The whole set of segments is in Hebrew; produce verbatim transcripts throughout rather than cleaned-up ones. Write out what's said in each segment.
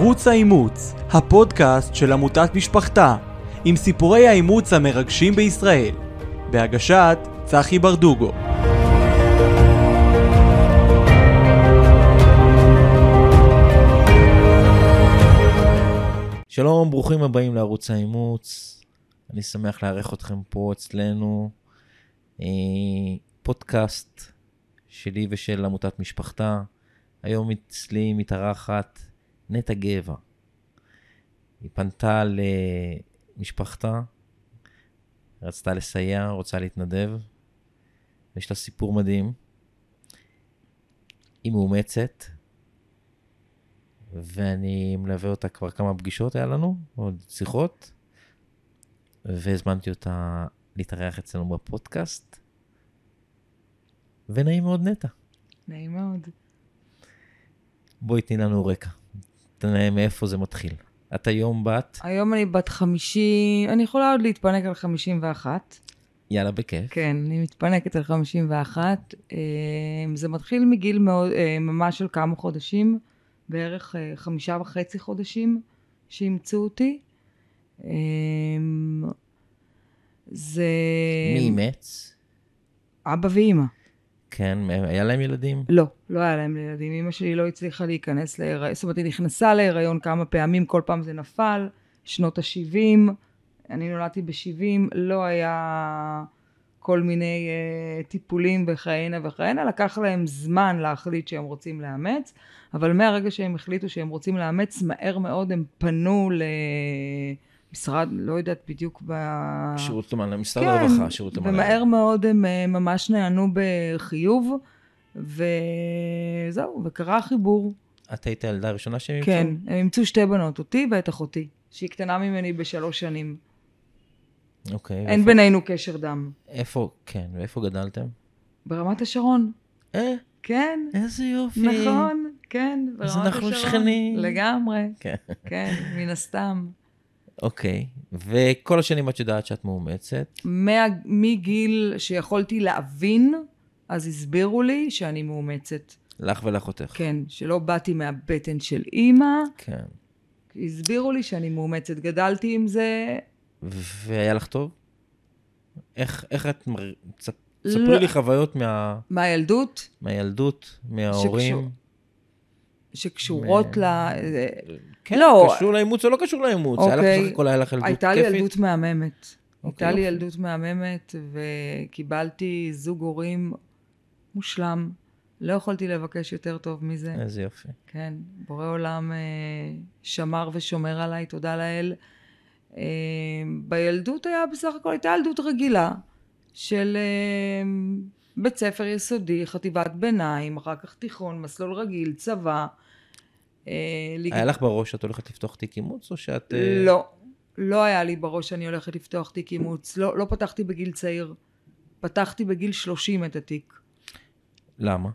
ערוץ האימוץ, הפודקאסט של עמותת משפחתה, עם סיפורי האימוץ המרגשים בישראל, בהגשת צחי ברדוגו. שלום, ברוכים הבאים לערוץ האימוץ. אני שמח לארח אתכם פה אצלנו. פודקאסט שלי ושל עמותת משפחתה. היום אצלי מתארחת נטע גבע. היא פנתה למשפחתה, רצתה לסייע, רוצה להתנדב. יש לה סיפור מדהים. היא מאומצת, ואני מלווה אותה כבר כמה פגישות היה לנו, עוד שיחות, והזמנתי אותה להתארח אצלנו בפודקאסט, ונעים מאוד נטע. נעים מאוד. בואי תני לנו רקע, תנאה מאיפה זה מתחיל. את היום בת? היום אני בת חמישים, אני יכולה עוד להתפנק על חמישים ואחת. יאללה, בכיף. כן, אני מתפנקת על חמישים ואחת. זה מתחיל מגיל מאוד, ממש של כמה חודשים, בערך חמישה וחצי חודשים שימצאו אותי. זה... מי אימץ? אבא ואמא. כן, היה להם ילדים? לא, לא היה להם ילדים. אמא שלי לא הצליחה להיכנס להיריון, זאת אומרת, היא נכנסה להיריון כמה פעמים, כל פעם זה נפל, שנות ה-שבעים, אני נולדתי ב-שבעים, לא היה כל מיני uh, טיפולים וכהנה וכהנה, לקח להם זמן להחליט שהם רוצים לאמץ, אבל מהרגע שהם החליטו שהם רוצים לאמץ, מהר מאוד הם פנו למשרד, לא יודעת בדיוק ב... שירות למען, למשרד כן, הרווחה, שירות למען. ומהר מאוד הם uh, ממש נענו בחיוב, וזהו, וקרה החיבור. את היית הילדה הראשונה שהם ימצאו? כן, הם ימצאו שתי בנות, אותי ואת אחותי, שהיא קטנה ממני בשלוש שנים. אוקיי. אין ואיפה... בינינו קשר דם. איפה, כן, ואיפה גדלתם? ברמת השרון. אה? כן. איזה יופי. נכון, כן, ברמת אז אנחנו השרון. שכנים. לגמרי. כן. כן, מן הסתם. אוקיי, וכל השנים את יודעת שאת מאומצת? מה, מגיל שיכולתי להבין, אז הסבירו לי שאני מאומצת. לך ולאחותך. כן, שלא באתי מהבטן של אימא. כן. הסבירו לי שאני מאומצת. גדלתי עם זה. והיה לך טוב? איך, איך את... מר... ספ... לא. ספרי לי חוויות מה... מהילדות. מהילדות, מההורים. שקשור... שקשורות מ... ל... כן, לא. קשור לאימוץ או לא קשור לאימוץ. אוקיי. היה לך בסך הכל, היה לך ילדות הייתה כיפית? לי ילדות מהממת. אוקיי, הייתה לי יופי. ילדות מהממת, וקיבלתי זוג הורים מושלם. לא יכולתי לבקש יותר טוב מזה. איזה יופי. כן, בורא עולם אה, שמר ושומר עליי, תודה לאל. אה, בילדות היה בסך הכל, הייתה ילדות רגילה, של אה, בית ספר יסודי, חטיבת ביניים, אחר כך תיכון, מסלול רגיל, צבא. אה, היה לג... לך בראש שאת הולכת לפתוח תיק אימוץ, או שאת... לא, לא היה לי בראש שאני הולכת לפתוח תיק אימוץ. לא, לא פתחתי בגיל צעיר. פתחתי בגיל שלושים את התיק. למה?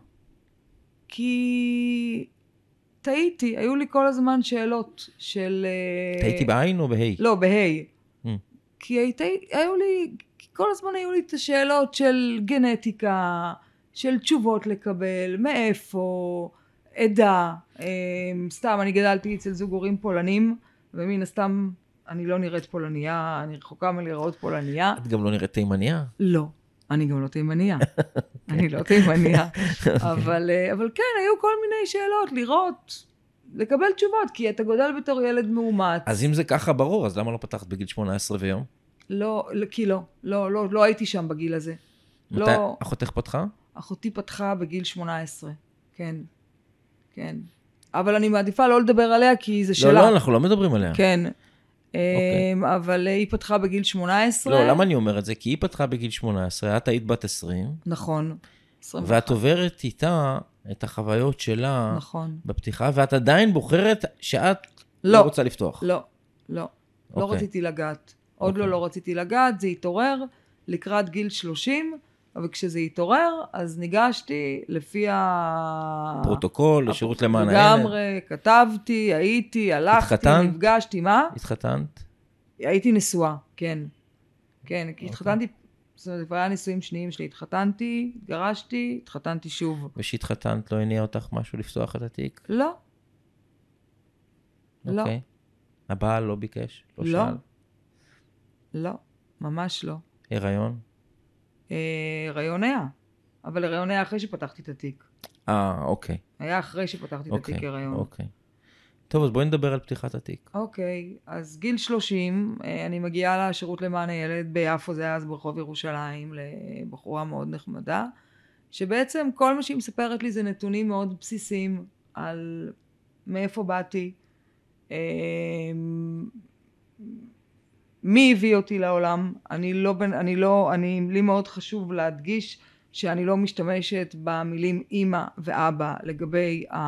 כי טעיתי, היו לי כל הזמן שאלות של... טעיתי בעין או בהי? לא, בהי. Mm. כי הייתי, היו לי, כל הזמן היו לי את השאלות של גנטיקה, של תשובות לקבל, מאיפה, עדה. סתם, אני גדלתי אצל זוג הורים פולנים, ומן הסתם אני לא נראית פולניה, אני רחוקה מלראות פולניה. את גם לא נראית תימניה? לא. אני גם לא תימניה. אני לא תימניה. אבל, אבל כן, היו כל מיני שאלות, לראות, לקבל תשובות, כי אתה גודל בתור ילד מאומץ. אז אם זה ככה ברור, אז למה לא פתחת בגיל שמונה עשרה ויום? לא, כי לא. לא, לא, לא הייתי שם בגיל הזה. מתי לא, אחותך פתחה? אחותי פתחה בגיל שמונה עשרה. כן. כן. אבל אני מעדיפה לא לדבר עליה, כי זה שלה. לא, לא, אנחנו לא מדברים עליה. כן. אוקיי. אבל היא פתחה בגיל שמונה עשרה. לא, למה אני אומר את זה? כי היא פתחה בגיל שמונה עשרה, את היית בת עשרים. נכון. ואת עוברת איתה את החוויות שלה נכון. בפתיחה, ואת עדיין בוחרת שאת לא, לא רוצה לפתוח. לא, לא. לא אוקיי. רציתי לגעת. עוד אוקיי. לא לא רציתי לגעת, זה התעורר לקראת גיל שלושים, אבל כשזה התעורר, אז ניגשתי לפי ה... פרוטוקול, לשירות למען הילד. לגמרי, כתבתי, הייתי, הלכתי, התחתנת? נפגשתי, מה? התחתנת? הייתי נשואה, כן. כן, כי התחתנתי, זאת אומרת, כבר היה נישואים שניים שלי, התחתנתי, התגרשתי, התחתנתי שוב. ושהתחתנת לא הניע אותך משהו לפתוח את התיק? לא. לא. אוקיי. הבעל לא ביקש? לא לא. שאל? לא, ממש לא. הריון? אה, הריון היה, אבל הריון היה אחרי שפתחתי את התיק. אה, אוקיי. היה אחרי שפתחתי את אוקיי, התיק הריון. אוקיי. טוב, אז בואי נדבר על פתיחת התיק. אוקיי, אז גיל שלושים, אני מגיעה לשירות למען הילד ביפו, זה היה אז ברחוב ירושלים, לבחורה מאוד נחמדה, שבעצם כל מה שהיא מספרת לי זה נתונים מאוד בסיסיים על מאיפה באתי, מי הביא אותי לעולם. אני לא, אני לא, אני, לי מאוד חשוב להדגיש שאני לא משתמשת במילים אמא ואבא לגבי ה...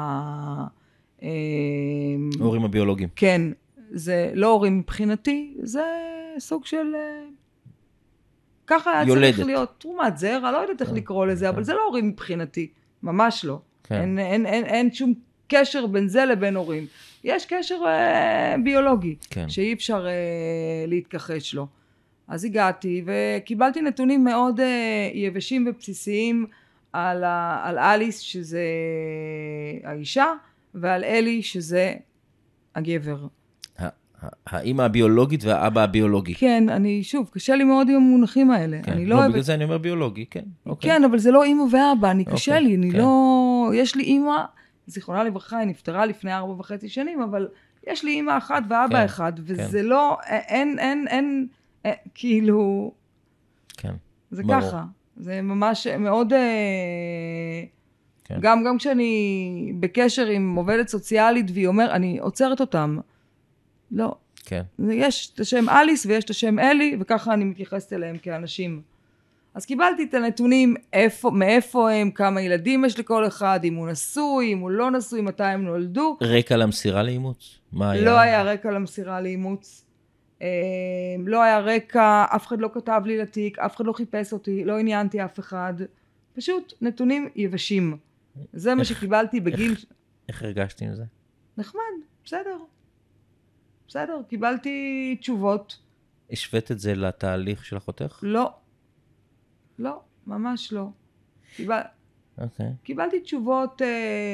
ההורים הביולוגיים. כן, זה לא הורים מבחינתי, זה סוג של... ככה היה צריך להיות תרומת זרע, לא יודעת איך לקרוא לזה, אבל זה לא הורים מבחינתי, ממש לא. אין, אין, אין, אין שום קשר בין זה לבין הורים. יש קשר אה, ביולוגי, כן. שאי אפשר אה, להתכחש לו. אז הגעתי וקיבלתי נתונים מאוד אה, יבשים ובסיסיים על, ה, על אליס, שזה האישה, ועל אלי, שזה הגבר. האמא הביולוגית והאבא הביולוגי. כן, אני, שוב, קשה לי מאוד עם המונחים האלה. כן. אני לא, לא אוהבת... בגלל זה אני אומר ביולוגי, כן. אוקיי. כן, אבל זה לא אמא ואבא, אני קשה אוקיי, לי, אני כן. לא... יש לי אמא, זיכרונה לברכה, היא נפטרה לפני ארבע וחצי שנים, אבל יש לי אמא אחת ואבא כן, אחד, וזה כן. לא, אין, אין, אין, אין, כאילו... כן, זה ברור. ככה. זה ממש מאוד... כן. גם, גם כשאני בקשר עם עובדת סוציאלית, והיא אומר, אני עוצרת אותם. לא. כן. יש את השם אליס ויש את השם אלי, וככה אני מתייחסת אליהם כאנשים. אז קיבלתי את הנתונים, איפה, מאיפה הם, כמה ילדים יש לכל אחד, אם הוא נשוי, אם הוא לא נשוי, מתי הם נולדו. רקע למסירה לאימוץ? מה היה? לא היה רקע למסירה לאימוץ. לא היה רקע, אף אחד לא כתב לי לתיק, אף אחד לא חיפש אותי, לא עניינתי אף אחד. פשוט נתונים יבשים. זה מה שקיבלתי בגיל... איך, איך הרגשתי עם זה? נחמד, בסדר. בסדר, קיבלתי תשובות. השווית את זה לתהליך של אחותך? לא. לא, ממש לא. קיבל... אוקיי. קיבלתי תשובות אה,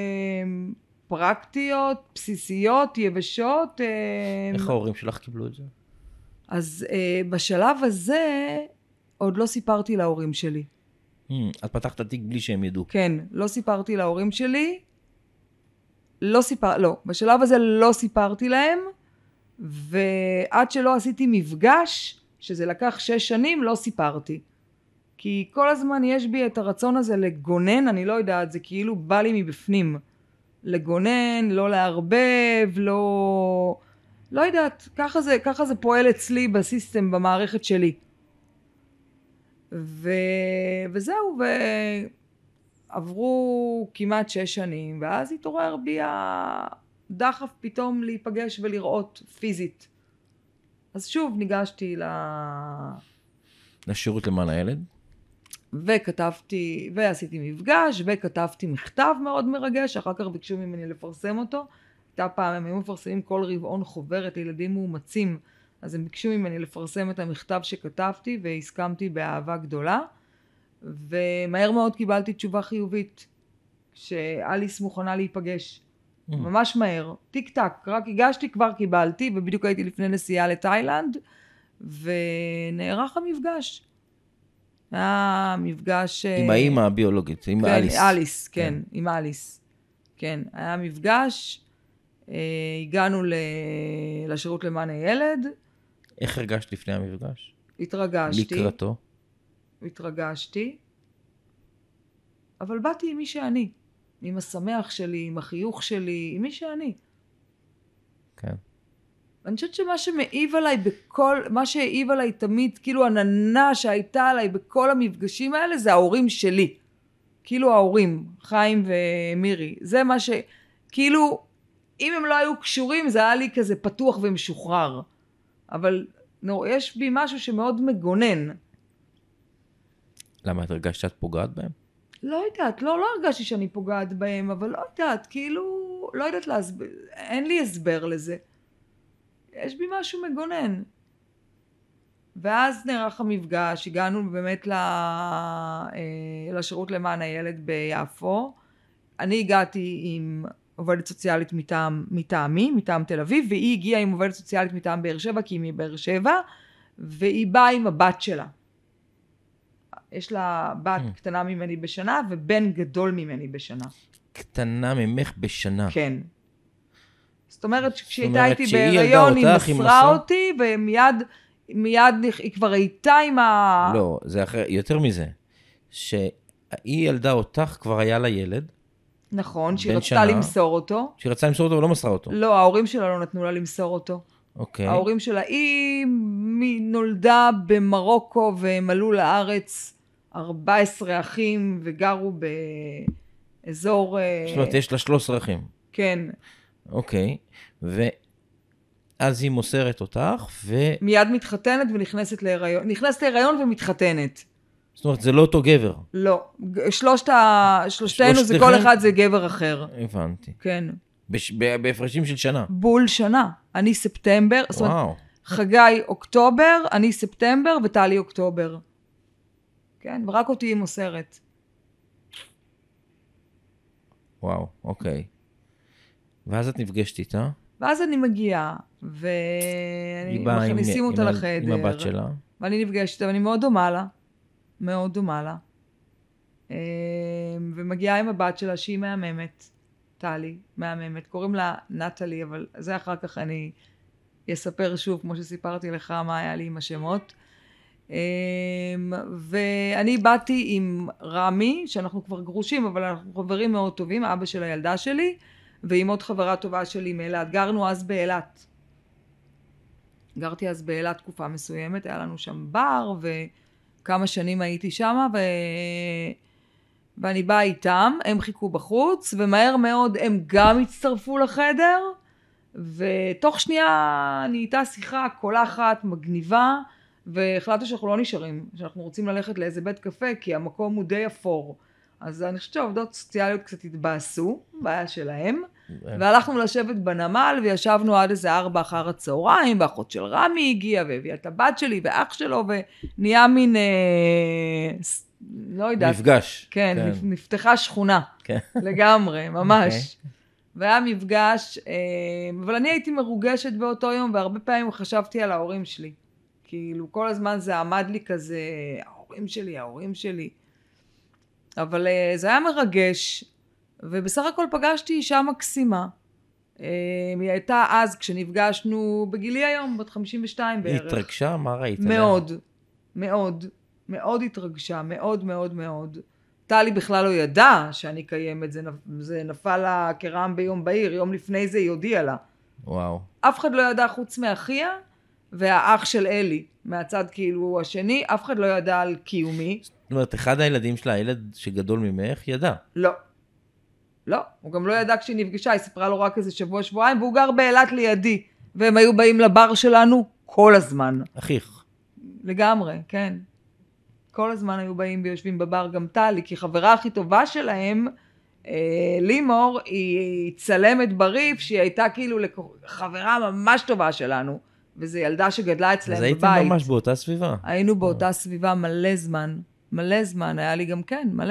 פרקטיות, בסיסיות, יבשות. אה, איך ההורים שלך קיבלו את זה? אז אה, בשלב הזה עוד לא סיפרתי להורים שלי. Hmm, את פתחת תיק בלי שהם ידעו. כן, לא סיפרתי להורים שלי. לא סיפר... לא, בשלב הזה לא סיפרתי להם, ועד שלא עשיתי מפגש, שזה לקח שש שנים, לא סיפרתי. כי כל הזמן יש בי את הרצון הזה לגונן, אני לא יודעת, זה כאילו בא לי מבפנים. לגונן, לא להרבב, לא... לא יודעת, ככה זה, ככה זה פועל אצלי בסיסטם, במערכת שלי. ו... וזהו, ועברו כמעט שש שנים, ואז התעורר בי הדחף פתאום להיפגש ולראות פיזית. אז שוב ניגשתי ל... לשירות למען הילד? וכתבתי, ועשיתי מפגש, וכתבתי מכתב מאוד מרגש, אחר כך ביקשו ממני לפרסם אותו. הייתה פעם, הם היו מפרסמים כל רבעון חוברת לילדים מאומצים, אז הם ביקשו ממני לפרסם את המכתב שכתבתי, והסכמתי באהבה גדולה, ומהר מאוד קיבלתי תשובה חיובית, שאליס מוכנה להיפגש. Mm. ממש מהר, טיק טק, רק הגשתי, כבר קיבלתי, ובדיוק הייתי לפני נסיעה לתאילנד, ונערך המפגש. היה מפגש... עם האמא הביולוגית, עם כן, אליס. אליס, כן, כן, עם אליס. כן, היה מפגש, אה, הגענו ל... לשירות למען הילד. איך הרגשת לפני המפגש? התרגשתי. לקראתו? התרגשתי. אבל באתי עם מי שאני. עם השמח שלי, עם החיוך שלי, עם מי שאני. כן. אני חושבת שמה שמעיב עליי בכל, מה שהעיב עליי תמיד, כאילו עננה שהייתה עליי בכל המפגשים האלה, זה ההורים שלי. כאילו ההורים, חיים ומירי. זה מה ש... כאילו, אם הם לא היו קשורים, זה היה לי כזה פתוח ומשוחרר. אבל נו, יש בי משהו שמאוד מגונן. למה את הרגשת שאת פוגעת בהם? לא יודעת, לא, לא הרגשתי שאני פוגעת בהם, אבל לא יודעת, כאילו, לא יודעת להסבר, אין לי הסבר לזה. יש בי משהו מגונן. ואז נערך המפגש, הגענו באמת לשירות למען הילד ביפו. אני הגעתי עם עובדת סוציאלית מטעם, מטעמי, מטעם תל אביב, והיא הגיעה עם עובדת סוציאלית מטעם באר שבע, כי היא מבאר שבע, והיא באה עם הבת שלה. יש לה בת mm. קטנה ממני בשנה, ובן גדול ממני בשנה. קטנה ממך בשנה? כן. זאת אומרת, כשהייתה איתי בהיריון, היא מסרה אותי, ומיד מיד היא כבר הייתה עם ה... לא, זה אחר, יותר מזה, שהיא ילדה אותך, כבר היה לה ילד. נכון, שהיא רצתה למסור אותו. שהיא רצתה למסור אותו ולא מסרה אותו. לא, ההורים שלה לא נתנו לה למסור אותו. אוקיי. ההורים שלה, היא נולדה במרוקו, והם עלו לארץ ארבעה עשר אחים, וגרו באזור... זאת אומרת, יש לה שלושה עשר אחים. כן. אוקיי, ואז היא מוסרת אותך, ו... מיד מתחתנת ונכנסת להיריון, נכנסת להיריון ומתחתנת. זאת אומרת, זה לא אותו גבר. לא, שלושת ה... שלושתנו זה כל אחד זה גבר אחר. הבנתי. כן. בש... בהפרשים של שנה. בול שנה. אני ספטמבר, זאת אומרת, חגי אוקטובר, אני ספטמבר וטלי אוקטובר. כן, ורק אותי היא מוסרת. וואו, אוקיי. ואז את נפגשת איתה? ואז אני מגיעה, ומכניסים אותה עם, לחדר. עם הבת שלה. ואני נפגשת, ואני מאוד דומה לה. מאוד דומה לה. ומגיעה עם הבת שלה, שהיא מהממת. טלי, מהממת. קוראים לה נטלי, אבל זה אחר כך אני אספר שוב, כמו שסיפרתי לך, מה היה לי עם השמות. ואני באתי עם רמי, שאנחנו כבר גרושים, אבל אנחנו חברים מאוד טובים, אבא של הילדה שלי, ועם עוד חברה טובה שלי מאילת. גרנו אז באילת. גרתי אז באילת תקופה מסוימת, היה לנו שם בר, וכמה שנים הייתי שם, ו... ואני באה איתם, הם חיכו בחוץ, ומהר מאוד הם גם הצטרפו לחדר, ותוך שנייה נהייתה שיחה קולחת, מגניבה, והחלטנו שאנחנו לא נשארים, שאנחנו רוצים ללכת לאיזה בית קפה, כי המקום הוא די אפור. אז אני חושבת שהעובדות סוציאליות קצת התבאסו, בעיה שלהם, והלכנו לשבת בנמל, וישבנו עד איזה ארבע אחר הצהריים, ואחות של רמי הגיעה, והביאה את הבת שלי ואח שלו, ונהיה מין, אה, לא יודעת. מפגש. כן, כן. נפתחה שכונה, כן. לגמרי, ממש. Okay. והיה מפגש, אה, אבל אני הייתי מרוגשת באותו יום, והרבה פעמים חשבתי על ההורים שלי. כאילו, כל הזמן זה עמד לי כזה, ההורים שלי, ההורים שלי. אבל זה היה מרגש, ובסך הכל פגשתי אישה מקסימה. היא הייתה אז, כשנפגשנו בגילי היום, בת חמישים ושתיים בערך. היא התרגשה? מה ראית? מאוד, מאוד, מאוד התרגשה, מאוד מאוד מאוד. טלי בכלל לא ידעה שאני קיימת, זה, זה נפל לה כרעם ביום בהיר, יום לפני זה היא הודיעה לה. וואו. אף אחד לא ידע חוץ מאחיה, והאח של אלי, מהצד כאילו השני, אף אחד לא ידע על קיומי. זאת אומרת, אחד הילדים שלה, הילד שגדול ממך, ידע. לא. לא, הוא גם לא ידע כשהיא נפגשה, היא סיפרה לו רק איזה שבוע, שבועיים, והוא גר באילת לידי, והם היו באים לבר שלנו כל הזמן. אחיך. לגמרי, כן. כל הזמן היו באים ויושבים בבר גם טלי, כי חברה הכי טובה שלהם, אה, לימור, היא צלמת בריף, שהיא הייתה כאילו חברה ממש טובה שלנו, וזו ילדה שגדלה אצלהם בבית. אז הייתם ממש באותה סביבה. היינו באותה סביבה מלא זמן. מלא זמן, היה לי גם כן, מלא.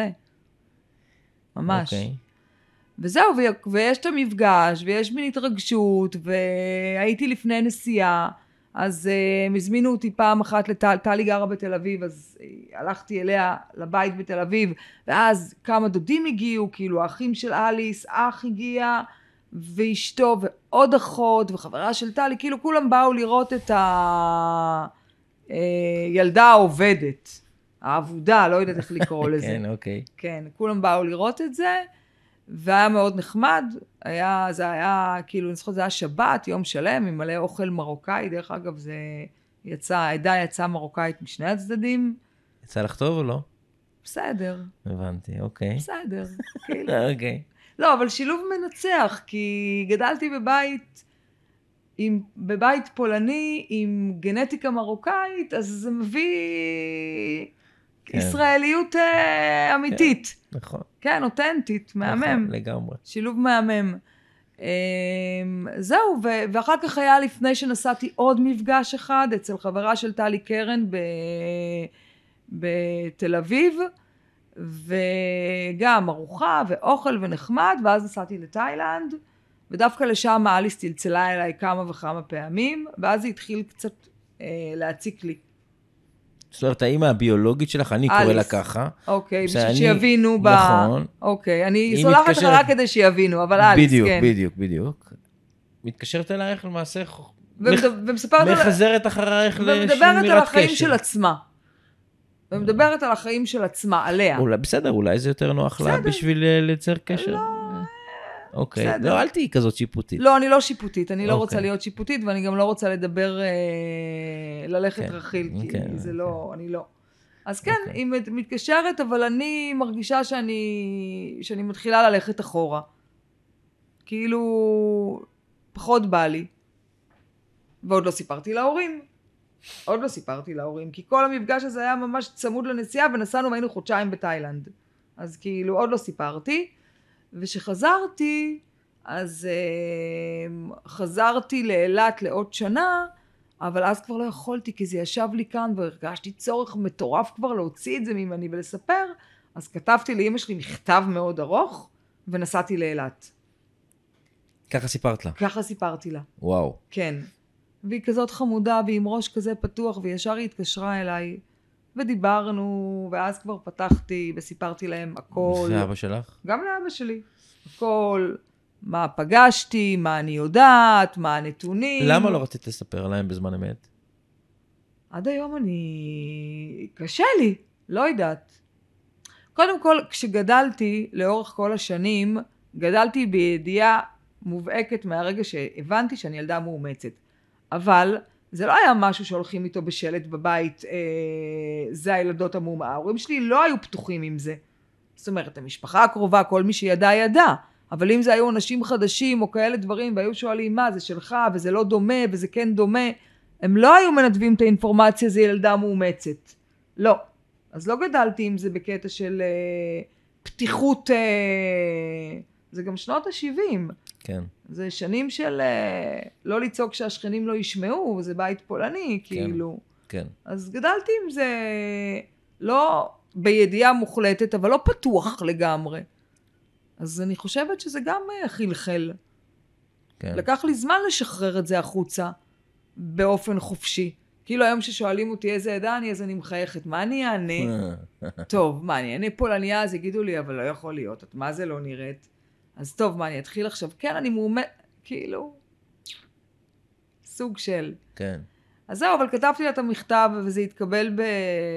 ממש. אוקיי. וזהו, ויש את המפגש, ויש מין התרגשות, והייתי לפני נסיעה, אז הם הזמינו אותי פעם אחת לטל, טלי גרה בתל אביב, אז הלכתי אליה לבית בתל אביב, ואז כמה דודים הגיעו, כאילו האחים של אליס, אח הגיע, ואשתו, ועוד אחות, וחברה של טלי, כאילו כולם באו לראות את הילדה העובדת, העבודה, לא יודעת איך לקרוא לזה. כן, אוקיי. כן, כולם באו לראות את זה, והיה מאוד נחמד, היה, זה היה, כאילו, אני זוכרת, זה היה שבת, יום שלם, עם מלא אוכל מרוקאי, דרך אגב, זה יצא, העדה יצאה מרוקאית משני הצדדים. יצא לך טוב או לא? בסדר. הבנתי, אוקיי. בסדר, כאילו. אוקיי. לא, אבל שילוב מנצח, כי גדלתי בבית, עם, בבית פולני, עם גנטיקה מרוקאית, אז זה מביא כן. ישראליות אה, אמיתית. כן, נכון. כן, אותנטית, מהמם. נכון, לגמרי. שילוב מהמם. אה, זהו, ו- ואחר כך היה לפני שנסעתי עוד מפגש אחד, אצל חברה של טלי קרן ב- בתל אביב, וגם ארוחה ואוכל ונחמד, ואז נסעתי לתאילנד, ודווקא לשם אליס צלצלה אליי כמה וכמה פעמים, ואז זה התחיל קצת אה, להציק לי. זאת אומרת, האמא הביולוגית שלך, אני קורא לה ככה. אוקיי, בשביל שיבינו ב... נכון. אוקיי, אני סולחת לך רק כדי שיבינו, אבל אליס, כן. בדיוק, בדיוק, בדיוק. מתקשרת אלייך למעשה, מחזרת אחרייך לשמירת קשר. ומדברת על החיים של עצמה. ומדברת על החיים של עצמה, עליה. בסדר, אולי זה יותר נוח לה בשביל לייצר קשר. לא, אוקיי, לא, אל תהיי כזאת שיפוטית. לא, אני לא שיפוטית, אני לא רוצה להיות שיפוטית, ואני גם לא רוצה לדבר, ללכת רכיל, כי זה לא, אני לא. אז כן, היא מתקשרת, אבל אני מרגישה שאני, שאני מתחילה ללכת אחורה. כאילו, פחות בא לי. ועוד לא סיפרתי להורים. עוד לא סיפרתי להורים, כי כל המפגש הזה היה ממש צמוד לנסיעה, ונסענו והיינו חודשיים בתאילנד. אז כאילו, עוד לא סיפרתי. ושחזרתי, אז uh, חזרתי לאילת לעוד שנה, אבל אז כבר לא יכולתי, כי זה ישב לי כאן, והרגשתי צורך מטורף כבר להוציא את זה ממני ולספר, אז כתבתי לאמא שלי מכתב מאוד ארוך, ונסעתי לאילת. ככה סיפרת לה? ככה סיפרתי לה. וואו. כן. והיא כזאת חמודה, ועם ראש כזה פתוח, וישר היא התקשרה אליי, ודיברנו, ואז כבר פתחתי, וסיפרתי להם הכל. ואבא שלך? גם לאבא שלי. הכל, מה פגשתי, מה אני יודעת, מה הנתונים. למה לא רצית לספר להם בזמן אמת? עד היום אני... קשה לי, לא יודעת. קודם כל, כשגדלתי לאורך כל השנים, גדלתי בידיעה מובהקת מהרגע שהבנתי שאני ילדה מאומצת. אבל זה לא היה משהו שהולכים איתו בשלט בבית, אה, זה הילדות המאומה. ההורים שלי לא היו פתוחים עם זה. זאת אומרת, המשפחה הקרובה, כל מי שידע ידע. אבל אם זה היו אנשים חדשים או כאלה דברים, והיו שואלים מה, זה שלך וזה לא דומה וזה כן דומה, הם לא היו מנדבים את האינפורמציה, זה ילדה מאומצת. לא. אז לא גדלתי עם זה בקטע של אה, פתיחות, אה, זה גם שנות ה-שבעים. כן. זה שנים של אה, לא לצעוק שהשכנים לא ישמעו, זה בית פולני, כן, כאילו. כן. אז גדלתי עם זה לא בידיעה מוחלטת, אבל לא פתוח לגמרי. אז אני חושבת שזה גם אה, חלחל. כן. לקח לי זמן לשחרר את זה החוצה, באופן חופשי. כאילו היום ששואלים אותי איזה עדה אני, אז אני מחייכת. מה אני אענה? טוב, מה אני אענה פולניה? אז יגידו לי, אבל לא יכול להיות. את מה זה לא נראית? אז טוב, מה אני אתחיל עכשיו? כן, אני מאומת, כאילו, סוג של. כן. אז זהו, אבל כתבתי לה את המכתב, וזה התקבל ב...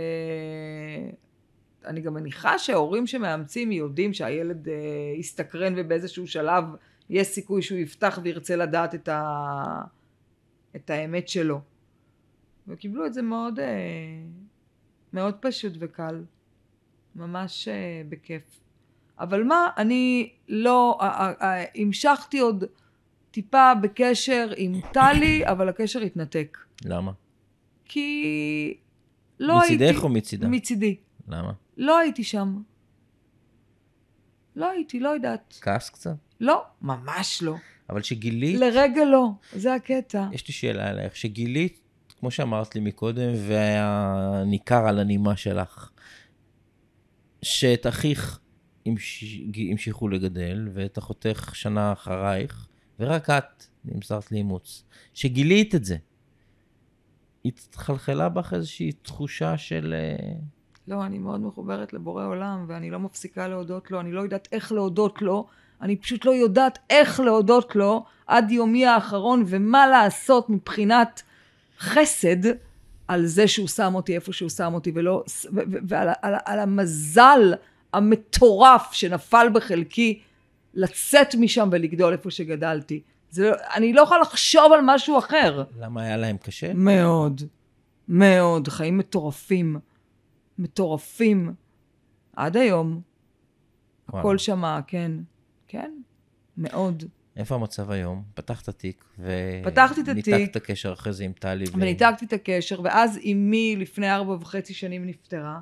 אני גם מניחה שההורים שמאמצים יודעים שהילד אה, יסתקרן, ובאיזשהו שלב יש סיכוי שהוא יפתח וירצה לדעת את, ה... את האמת שלו. וקיבלו את זה מאוד, אה, מאוד פשוט וקל. ממש אה, בכיף. אבל מה, אני לא, המשכתי עוד טיפה בקשר עם טלי, אבל הקשר התנתק. למה? כי לא הייתי... מצידך או מצידה? מצידי. למה? לא הייתי שם. לא הייתי, לא יודעת. כעס קצת? לא, ממש לא. אבל שגילית... לרגע לא, זה הקטע. יש לי שאלה עליך, שגילית, כמו שאמרת לי מקודם, והיה ניכר על הנימה שלך, שאת אחיך המשיכו לגדל, ואת אחותך שנה אחרייך, ורק את נמסרת לאימוץ. שגילית את זה, התחלחלה בך איזושהי תחושה של... לא, אני מאוד מחוברת לבורא עולם, ואני לא מפסיקה להודות לו, אני לא יודעת איך להודות לו, אני פשוט לא יודעת איך להודות לו עד יומי האחרון, ומה לעשות מבחינת חסד על זה שהוא שם אותי איפה שהוא שם אותי, ולא, ו- ו- ועל על, על המזל המטורף שנפל בחלקי לצאת משם ולגדול איפה שגדלתי. זה, אני לא יכולה לחשוב על משהו אחר. למה היה להם קשה? מאוד, מאוד, חיים מטורפים, מטורפים, עד היום. וואלה. הכל שמה, כן, כן, מאוד. איפה המצב היום? פתחת תיק, וניתקת את הקשר אחרי זה עם טלי. ו... וניתקתי את הקשר, ואז אמי לפני ארבע וחצי שנים נפטרה,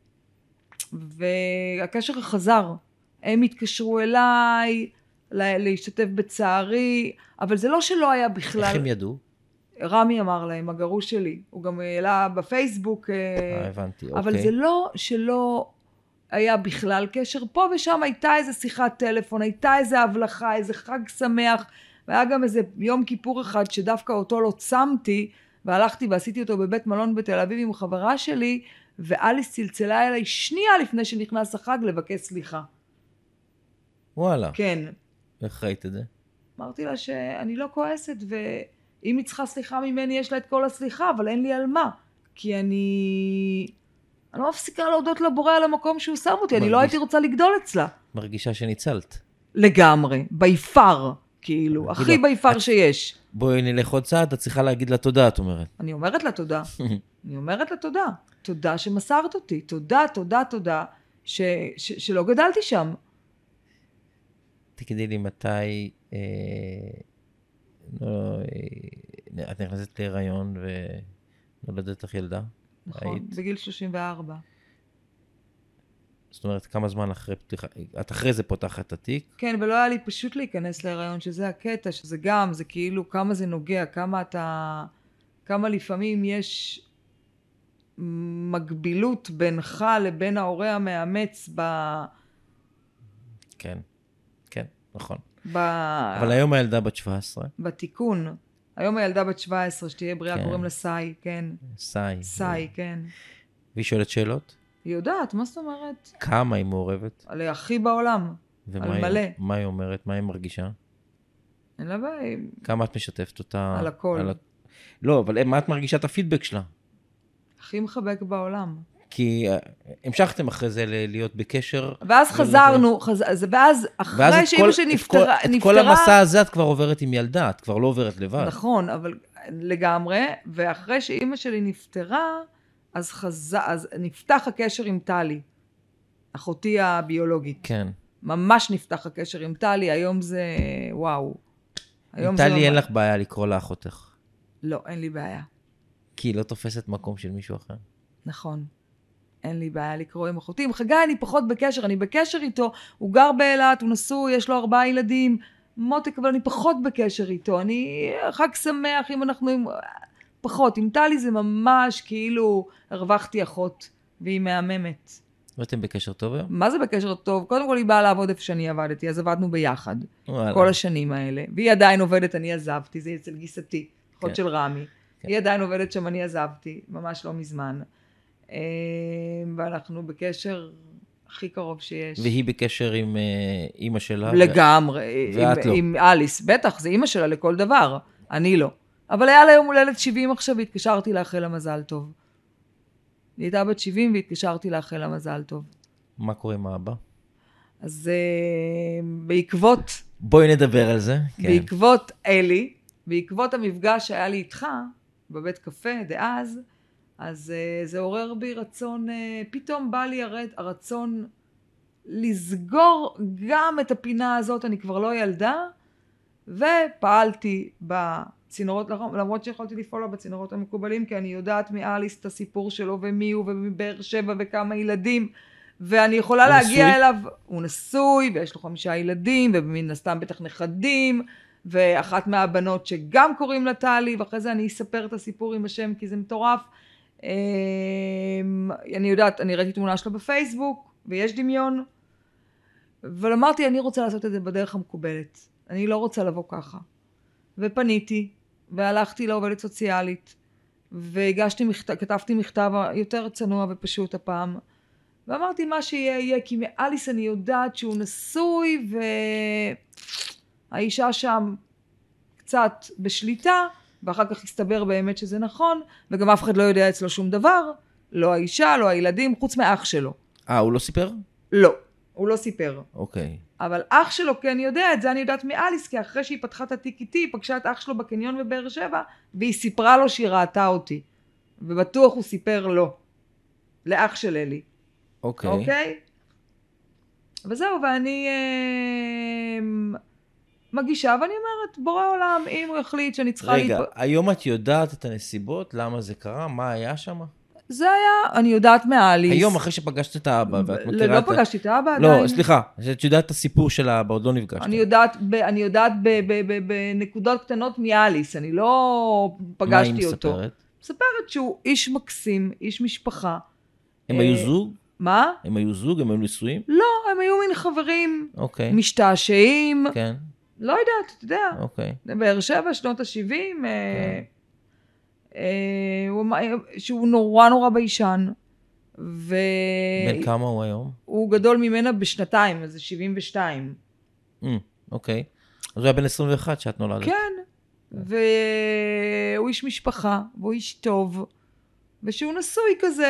והקשר חזר. הם התקשרו אליי, להשתתף בצערי, אבל זה לא שלא היה בכלל... איך הם ידעו? רמי אמר להם, הגרוש שלי, הוא גם העלה בפייסבוק, אה, הבנתי, אבל אוקיי. זה לא שלא... היה בכלל קשר. פה ושם הייתה איזה שיחת טלפון, הייתה איזה הבלחה, איזה חג שמח, והיה גם איזה יום כיפור אחד שדווקא אותו לא צמתי, והלכתי ועשיתי אותו בבית מלון בתל אביב עם חברה שלי, ואליס צלצלה אליי שנייה לפני שנכנס החג לבקש סליחה. וואלה. כן. איך ראית את זה? אמרתי לה שאני לא כועסת, ואם היא צריכה סליחה ממני, יש לה את כל הסליחה, אבל אין לי על מה. כי אני... אני לא מפסיקה להודות לבורא על המקום שהוא שם אותי, אני לא הייתי רוצה לגדול אצלה. מרגישה שניצלת. לגמרי, ביפר, כאילו, הכי ביפר שיש. בואי נלך עוד צעד, את צריכה להגיד לה תודה, את אומרת. אני אומרת לה תודה. אני אומרת לה תודה. תודה שמסרת אותי. תודה, תודה, תודה, ש, ש, שלא גדלתי שם. תגידי לי מתי, אה, לא, אה, את נכנסת להיריון ונולדת לך ילדה? נכון, היית? בגיל שלושים וארבע. זאת אומרת, כמה זמן אחרי פתיחה, את אחרי זה פותחת את התיק? כן, ולא היה לי פשוט להיכנס להיריון, שזה הקטע, שזה גם, זה כאילו כמה זה נוגע, כמה אתה, כמה לפעמים יש מגבילות בינך לבין ההורה המאמץ ב... כן, כן, נכון. ב... אבל היום הילדה בת שבע עשרה. בתיקון. היום הילדה בת שבע עשרה, שתהיה בריאה, כן. קוראים לה סאי, כן. סאי. סאי, כן. והיא שואלת שאלות? היא יודעת, מה זאת אומרת? כמה היא מעורבת? על הכי בעולם. ומה על היא, מלא. מה היא אומרת? מה היא מרגישה? אין לה בעיה. כמה את משתפת אותה? על הכל. על... לא, אבל מה את מרגישה את הפידבק שלה? הכי מחבק בעולם. כי המשכתם אחרי זה להיות בקשר. ואז חזרנו, חז... ואז אחרי שאמא שלי נפטרה... את כל המסע הזה את כבר עוברת עם ילדה, את כבר לא עוברת לבד. נכון, אבל לגמרי, ואחרי שאמא שלי נפטרה, אז, חז... אז נפתח הקשר עם טלי, אחותי הביולוגית. כן. ממש נפתח הקשר עם טלי, היום זה וואו. עם טלי אין לך בעיה לקרוא לאחותך. לא, אין לי בעיה. כי היא לא תופסת מקום של מישהו אחר. נכון. אין לי בעיה לקרוא עם אחותי. עם חגי אני פחות בקשר, אני בקשר איתו, הוא גר באילת, הוא נשוי, יש לו ארבעה ילדים, מותק, אבל אני פחות בקשר איתו. אני חג שמח אם אנחנו עם... פחות. עם טלי זה ממש כאילו הרווחתי אחות, והיא מהממת. ואתם בקשר טוב היום? מה זה בקשר טוב? קודם כל היא באה לעבוד איפה שאני עבדתי, אז עבדנו ביחד. וואלה. כל השנים האלה. והיא עדיין עובדת, אני עזבתי, זה אצל גיסתי, אחות כן. של רמי. כן. היא עדיין עובדת שם, אני עזבתי, ממש לא מזמן. ואנחנו בקשר הכי קרוב שיש. והיא בקשר עם אמא שלה? לגמרי. ואת עם, לא? עם אליס, בטח, זה אמא שלה לכל דבר. אני לא. אבל היה לה יום הולדת שבעים עכשיו, והתקשרתי לאחל לה מזל טוב. היא הייתה בת שבעים והתקשרתי לאחל לה מזל טוב. מה קורה עם האבא? אז uh, בעקבות... בואי נדבר על זה. כן. בעקבות אלי, בעקבות המפגש שהיה לי איתך, בבית קפה, דאז, אז uh, זה עורר בי רצון, uh, פתאום בא לי הרד, הרצון לסגור גם את הפינה הזאת, אני כבר לא ילדה, ופעלתי בצינורות, למרות שיכולתי לפעול לה בצינורות המקובלים, כי אני יודעת מאליס את הסיפור שלו ומי הוא ומבאר שבע וכמה ילדים, ואני יכולה להגיע נשוי? אליו, הוא נשוי ויש לו חמישה ילדים, ומן הסתם בטח נכדים, ואחת מהבנות שגם קוראים לה טלי, ואחרי זה אני אספר את הסיפור עם השם, כי זה מטורף. אני יודעת, אני ראיתי תמונה שלו בפייסבוק, ויש דמיון, אבל אמרתי, אני רוצה לעשות את זה בדרך המקובלת. אני לא רוצה לבוא ככה. ופניתי, והלכתי לעובדת סוציאלית, והגשתי מכתב, כתבתי מכתב יותר צנוע ופשוט הפעם, ואמרתי מה שיהיה יהיה, כי מאליס אני יודעת שהוא נשוי, והאישה שם קצת בשליטה, ואחר כך הסתבר באמת שזה נכון, וגם אף אחד לא יודע אצלו שום דבר, לא האישה, לא הילדים, חוץ מאח שלו. אה, הוא לא סיפר? לא, הוא לא סיפר. אוקיי. אבל אח שלו כן יודע, את זה אני יודעת מאליס, כי אחרי שהיא פתחה את התיק איתי, היא פגשה את אח שלו בקניון בבאר שבע, והיא סיפרה לו שהיא ראתה אותי. ובטוח הוא סיפר לו, לאח של אלי. אוקיי. אוקיי? וזהו, ואני אה, מגישה, ואני אומרת, בורא עולם, אם הוא יחליט שאני צריכה... רגע, להת... היום את יודעת את הנסיבות? למה זה קרה? מה היה שם? זה היה, אני יודעת מאליס. היום אחרי שפגשת את האבא, ואת מכירה לא את... לא פגשתי את האבא עדיין. לא, סליחה, את יודעת את הסיפור של האבא, עוד לא נפגשת. אני יודעת, ב, אני יודעת ב, ב, ב, בנקודות קטנות מאליס, אני לא פגשתי אותו. מה היא מספרת? מספרת שהוא איש מקסים, איש משפחה. הם היו זוג? מה? הם היו זוג, הם היו נישואים? לא, הם היו מין חברים, אוקיי. משתעשעים, כן, לא יודעת, אתה יודע, אוקיי. באר שבע, שנות ה-שבעים, כן. שהוא נורא נורא ביישן. ו... בן כמה הוא היום? הוא גדול ממנה בשנתיים, אז זה שבעים ושתיים. Mm, אוקיי. אז הוא היה בן עשרים ואחת שאת נולדת. כן, והוא איש משפחה, והוא איש טוב, ושהוא נשוי כזה,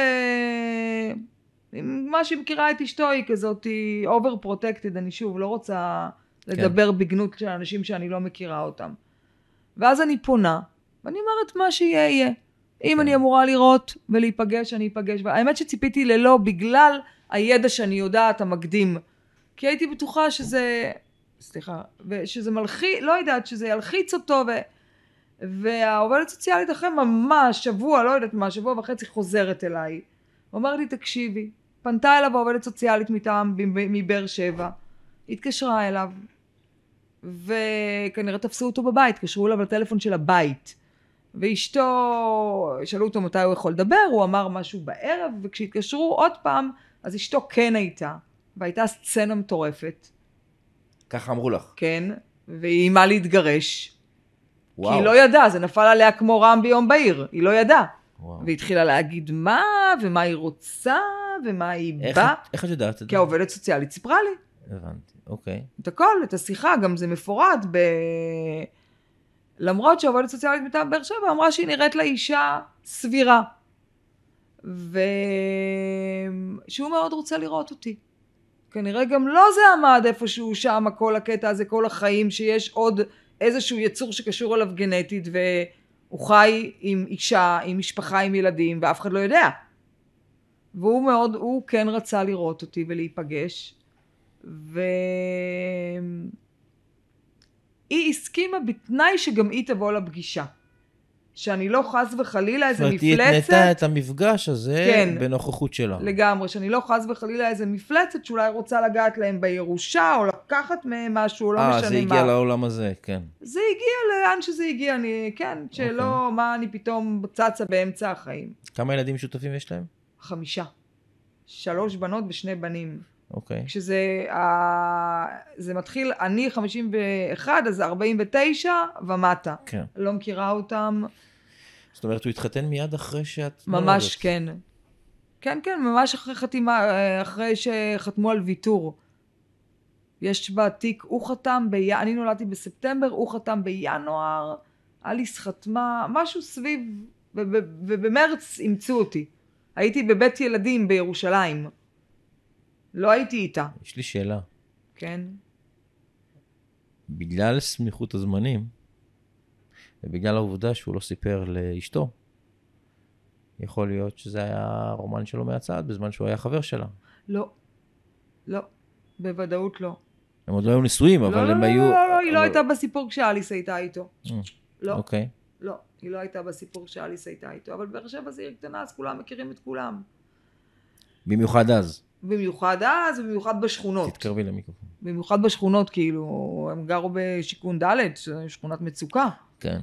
מה שהיא מכירה את אשתו היא כזאת, היא over protected, אני שוב לא רוצה לדבר כן. בגנות של אנשים שאני לא מכירה אותם. ואז אני פונה, ואני אומרת מה שיהיה יהיה. אם כן. אני אמורה לראות ולהיפגש, אני אפגש. האמת שציפיתי ללא בגלל הידע שאני יודעת המקדים. כי הייתי בטוחה שזה, סליחה, שזה מלחיץ, לא יודעת, שזה ילחיץ אותו, ו... והעובדת סוציאלית אחרי ממש שבוע, לא יודעת מה, שבוע וחצי חוזרת אליי. אומרת לי, תקשיבי, פנתה אליו העובדת סוציאלית מטעם מבאר שבע, התקשרה אליו, וכנראה תפסו אותו בבית, קשרו אליו לטלפון של הבית. ואשתו, שאלו אותו מתי הוא יכול לדבר, הוא אמר משהו בערב, וכשהתקשרו עוד פעם, אז אשתו כן הייתה, והייתה סצנה מטורפת. ככה אמרו לך? כן, והיא אימה להתגרש. וואו. כי היא לא ידעה, זה נפל עליה כמו רעם ביום בהיר, היא לא ידעה. וואו. והתחילה להגיד מה, ומה היא רוצה, ומה היא איך, באה. איך את יודעת את זה? כי העובדת סוציאלית סיפרה לי. הבנתי, אוקיי. את הכל, את השיחה, גם זה מפורט ב... למרות שהעובדת סוציאלית מטעם באר שבע אמרה שהיא נראית לאישה סבירה. ושהוא מאוד רוצה לראות אותי. כנראה גם לא זה עמד איפשהו שם, כל הקטע הזה, כל החיים, שיש עוד איזשהו יצור שקשור אליו גנטית, והוא חי עם אישה, עם משפחה, עם ילדים, ואף אחד לא יודע. והוא מאוד, הוא כן רצה לראות אותי ולהיפגש. ו... היא הסכימה בתנאי שגם היא תבוא לפגישה. שאני לא חס וחלילה איזה מפלצת. זאת אומרת, היא התנתה את המפגש הזה כן, בנוכחות שלה. לגמרי, שאני לא חס וחלילה איזה מפלצת, שאולי רוצה לגעת להם בירושה, או לקחת מהם משהו, לא משנה מה. אה, זה הגיע לעולם הזה, כן. זה הגיע לאן שזה הגיע, אני, כן, שלא, מה אני פתאום צצה באמצע החיים. כמה ילדים שותפים יש להם? חמישה. שלוש בנות ושני בנים. אוקיי. כשזה, זה מתחיל, אני חמישים ואחת, אז ארבעים ותשע ומטה. כן. לא מכירה אותם. זאת אומרת, הוא התחתן מיד אחרי שאת ממש נולדת. כן. כן, כן, ממש אחרי חתימה, אחרי שחתמו על ויתור. יש בתיק, הוא חתם, ב... אני נולדתי בספטמבר, הוא חתם בינואר, אליס חתמה, משהו סביב, ובמרץ אימצו אותי. הייתי בבית ילדים בירושלים. לא הייתי איתה. יש לי שאלה. כן. בגלל סמיכות הזמנים, ובגלל העובדה שהוא לא סיפר לאשתו, יכול להיות שזה היה רומן שלו מהצד, בזמן שהוא היה חבר שלה. לא. לא. בוודאות לא. הם עוד לא היו נישואים, לא, אבל לא, הם לא, היו... לא, לא, לא, היא לא הייתה בסיפור כשאליס הייתה איתו. לא. אוקיי. לא, היא לא הייתה בסיפור כשאליס הייתה איתו, אבל באר שבע זה עיר קטנה, אז כולם מכירים את כולם. במיוחד אז. במיוחד אז, ובמיוחד בשכונות. תתקרבי למיקרופון. במיוחד בשכונות, כאילו, הם גרו בשיכון ד', שכונת מצוקה. כן.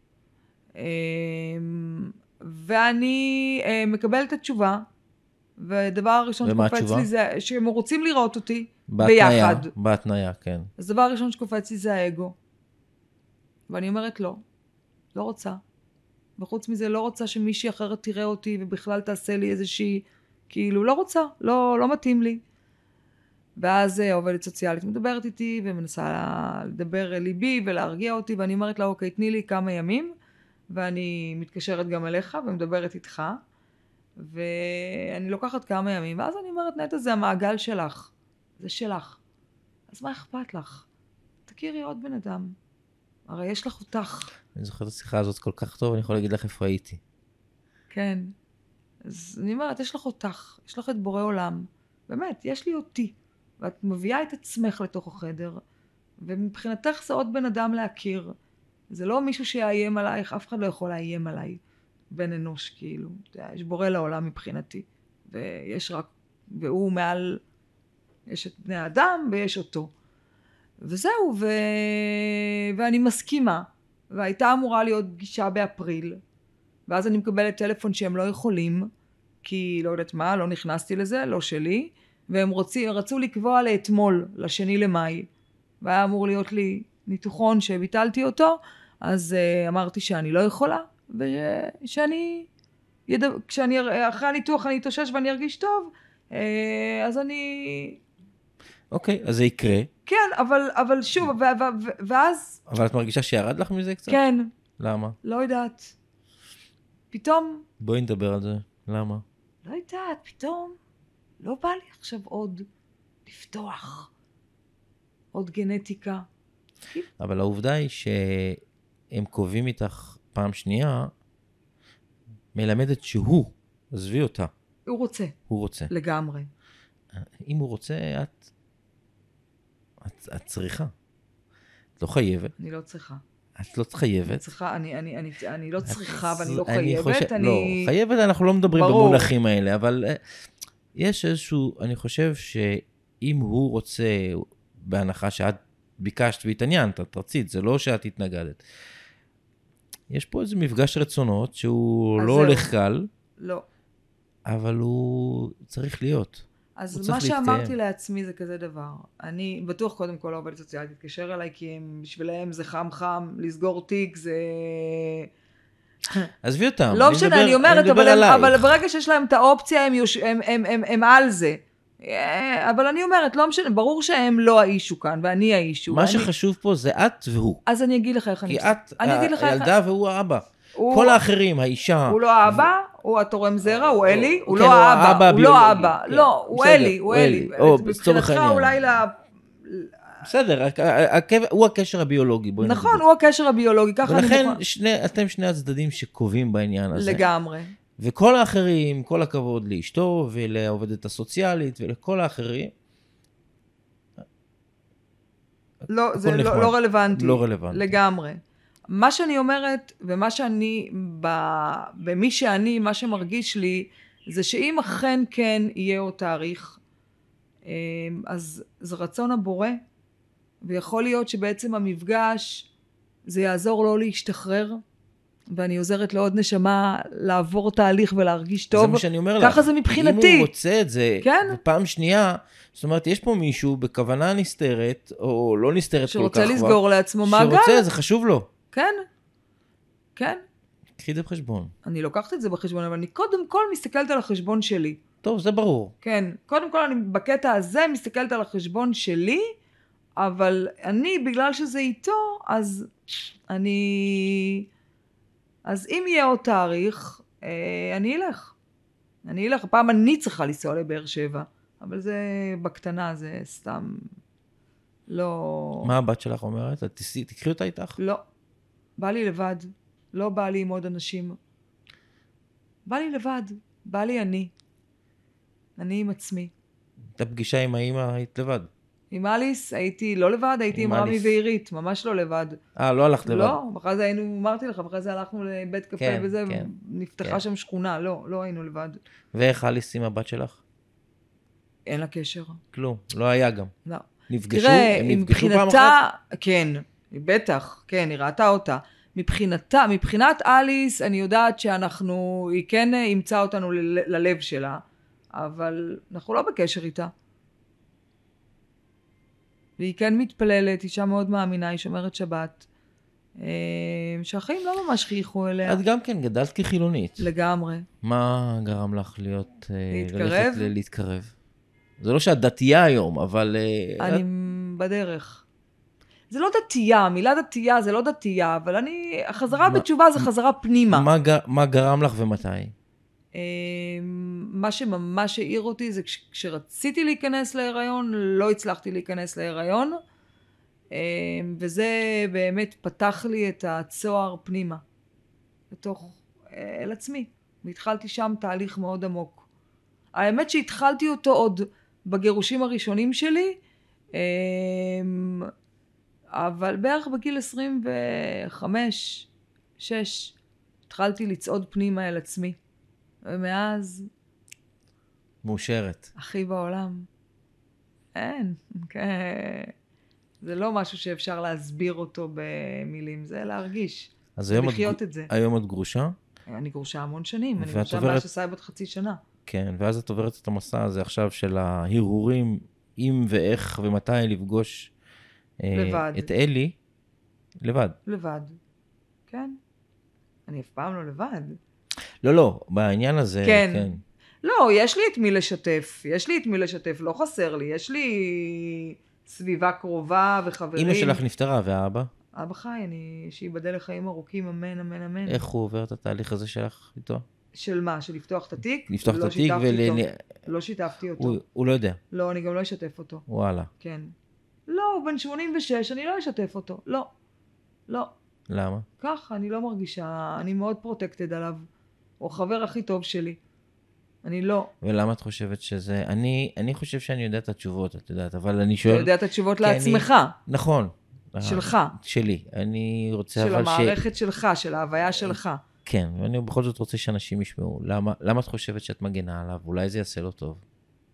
ואני מקבלת את התשובה, והדבר הראשון שקופץ לי זה, שהם רוצים לראות אותי ביחד. בהתניה, כן. אז הדבר הראשון שקופץ לי זה האגו. ואני אומרת לא, לא רוצה. וחוץ מזה לא רוצה שמישהי אחרת תראה אותי, ובכלל תעשה לי איזושהי, כאילו, לא רוצה, לא, לא מתאים לי. ואז עובדת סוציאלית מדברת איתי, ומנסה לדבר ליבי ולהרגיע אותי, ואני אומרת לה, אוקיי, תני לי כמה ימים, ואני מתקשרת גם אליך ומדברת איתך, ואני לוקחת כמה ימים, ואז אני אומרת, נטע, זה המעגל שלך, זה שלך. אז מה אכפת לך? תכירי עוד בן אדם. הרי יש לך אותך. אני זוכרת את השיחה הזאת כל כך טוב, אני יכול להגיד לך איפה הייתי. כן. אז אני אומרת, יש לך אותך, יש לך את בורא עולם. באמת, יש לי אותי. ואת מביאה את עצמך לתוך החדר, ומבחינתך זה עוד בן אדם להכיר. זה לא מישהו שיאיים עלייך, אף אחד לא יכול לאיים עליי. בן אנוש, כאילו. יש בורא לעולם מבחינתי. ויש רק, והוא מעל, יש את בני האדם ויש אותו. וזהו, ו... ואני מסכימה. והייתה אמורה להיות פגישה באפריל. ואז אני מקבלת טלפון שהם לא יכולים. כי לא יודעת מה, לא נכנסתי לזה, לא שלי, והם רוצי, רצו לקבוע לאתמול, לשני למאי, והיה אמור להיות לי ניתוחון שביטלתי אותו, אז uh, אמרתי שאני לא יכולה, ושאני, יד... כשאני, אחרי הניתוח אני אתאושש ואני ארגיש טוב, uh, אז אני... אוקיי, אז זה יקרה. כן, אבל, אבל שוב, ו- ו- ו- ואז... אבל את מרגישה שירד לך מזה קצת? כן. למה? לא יודעת. פתאום... בואי נדבר על זה. למה? לא יודעת, פתאום לא בא לי עכשיו עוד לפתוח. עוד גנטיקה. אבל העובדה היא שהם קובעים איתך פעם שנייה, מלמדת שהוא, עזבי אותה. הוא רוצה. הוא רוצה. לגמרי. אם הוא רוצה, את... את, את צריכה. את לא חייבת. אני לא צריכה. את לא חייבת. אני צריכה, אני, אני, אני, אני לא צריכה ואני לא אני חייבת. חושב, אני... לא, חייבת אנחנו לא מדברים ברור. במונחים האלה, אבל יש איזשהו, אני חושב שאם הוא רוצה, בהנחה שאת ביקשת והתעניינת, את רצית, זה לא שאת התנגדת. יש פה איזה מפגש רצונות שהוא לא הולך קל, לא. אבל הוא צריך להיות. אז מה שאמרתי לעצמי זה כזה דבר. אני בטוח קודם כל העובדת סוציאלית תתקשר אליי, כי הם, בשבילהם זה חם חם, לסגור תיק זה... עזבי אותם. לא משנה, אני אומרת, אבל, הם, אבל ברגע שיש להם את האופציה, הם, יוש... הם, הם, הם, הם על זה. אבל אני אומרת, לא משנה, ברור שהם לא האישו כאן, ואני האישו. מה ואני... שחשוב פה זה את והוא. אז אני אגיד לך איך אני... כי את הילדה והוא האבא. הוא... כל האחרים, האישה. הוא לא האבא, הוא התורם זרע, הוא אלי, הוא לא האבא, הוא לא האבא. לא, הוא אלי, הוא אלי. מבחינתך אולי ל... בסדר, הוא הקשר הביולוגי. נכון, הוא הקשר הביולוגי. ולכן אתם שני הצדדים שקובעים בעניין הזה. לגמרי. וכל האחרים, כל הכבוד לאשתו ולעובדת הסוציאלית ולכל האחרים. לא, זה לא רלוונטי. לא רלוונטי. לגמרי. מה שאני אומרת, ומה שאני, במי שאני, מה שמרגיש לי, זה שאם אכן כן יהיה עוד תאריך, אז זה רצון הבורא, ויכול להיות שבעצם המפגש, זה יעזור לו להשתחרר, ואני עוזרת לעוד נשמה לעבור תהליך ולהרגיש טוב. זה מה שאני אומר לך. ככה זה מבחינתי. אם הוא רוצה את זה, כן? ופעם שנייה, זאת אומרת, יש פה מישהו בכוונה נסתרת, או לא נסתרת כל כך. שרוצה לסגור לעצמו מעגל. שרוצה, זה חשוב לו. כן, כן. קחי את זה בחשבון. אני לוקחת את זה בחשבון, אבל אני קודם כל מסתכלת על החשבון שלי. טוב, זה ברור. כן, קודם כל אני בקטע הזה מסתכלת על החשבון שלי, אבל אני, בגלל שזה איתו, אז אני... אז אם יהיה עוד תאריך, אני אלך. אני אלך. הפעם אני צריכה לנסוע לבאר שבע, אבל זה בקטנה, זה סתם לא... מה הבת שלך אומרת? תקחי אותה איתך? לא. בא לי לבד. לא בא לי עם עוד אנשים. בא לי לבד. בא לי אני. אני עם עצמי. הייתה פגישה עם האמא, היית לבד? עם אליס הייתי לא לבד, הייתי עם, עם רמי ועירית, ממש לא לבד. אה, לא הלכת לבד? לא, אחרי זה היינו, אמרתי לך, אחרי זה הלכנו לבית קפה כן, וזה, כן, ונפתחה כן. שם שכונה, לא, לא היינו לבד. ואיך אליס עם הבת שלך? אין לה קשר. כלום, לא היה גם. לא. נפגשו? תראה, הם נפגשו מבחינתה, פעם אחת? כן, בטח, כן, היא ראתה אותה. מבחינתה, מבחינת אליס, אני יודעת שאנחנו, היא כן ימצא אותנו ל- ללב שלה, אבל אנחנו לא בקשר איתה. והיא כן מתפללת, אישה מאוד מאמינה, היא שומרת שבת. שהחיים לא ממש חייכו אליה. את גם כן גדלת כחילונית. לגמרי. מה גרם לך להיות... להתקרב? ל- להתקרב. זה לא שאת דתייה היום, אבל... אני את... בדרך. זה לא דתייה, המילה דתייה זה לא דתייה, אבל אני... החזרה מה, בתשובה זה חזרה פנימה. מה, מה גרם לך ומתי? מה שממש העיר אותי זה כשרציתי להיכנס להיריון, לא הצלחתי להיכנס להיריון, וזה באמת פתח לי את הצוהר פנימה, לתוך, אל עצמי, והתחלתי שם תהליך מאוד עמוק. האמת שהתחלתי אותו עוד בגירושים הראשונים שלי, אבל בערך בגיל עשרים וחמש שש, התחלתי לצעוד פנימה אל עצמי. ומאז... מאושרת. הכי בעולם. אין. זה לא משהו שאפשר להסביר אותו במילים, זה להרגיש. אז היום לחיות את, את זה. היום את גרושה? אני גרושה המון שנים. אני גרושה מה שסייבת חצי שנה. כן, ואז את עוברת את המסע הזה עכשיו של ההרהורים, אם ואיך ומתי לפגוש לבד. את אלי, לבד. לבד. כן. אני אף פעם לא לבד. לא, לא, בעניין הזה, כן. כן. לא, יש לי את מי לשתף. יש לי את מי לשתף, לא חסר לי. יש לי סביבה קרובה וחברים. אמא שלך נפטרה, והאבא? אבא חי, אני... שיבדל לחיים ארוכים, אמן, אמן, אמן. איך הוא עובר את התהליך הזה שלך איתו? של מה? של לפתוח את התיק? לפתוח לא את התיק שיתפתי ול... אותו. לא שיתפתי אותו. הוא, הוא לא יודע. לא, אני גם לא אשתף אותו. וואלה. כן. לא, הוא בן שמונים ושש, אני לא אשתף אותו. לא. לא. למה? ככה, אני לא מרגישה, אני מאוד פרוטקטד עליו. הוא החבר הכי טוב שלי. אני לא. ולמה את חושבת שזה... אני, אני חושב שאני יודע את התשובות, את יודעת, אבל אני שואל... אתה יודע את התשובות כי לעצמך. אני... נכון. שלך. שלי. אני רוצה של אבל ש... המערכת שלך, של ההוויה שלך. כן, ואני בכל זאת רוצה שאנשים ישמעו. למה, למה את חושבת שאת מגנה עליו? אולי זה יעשה לו טוב.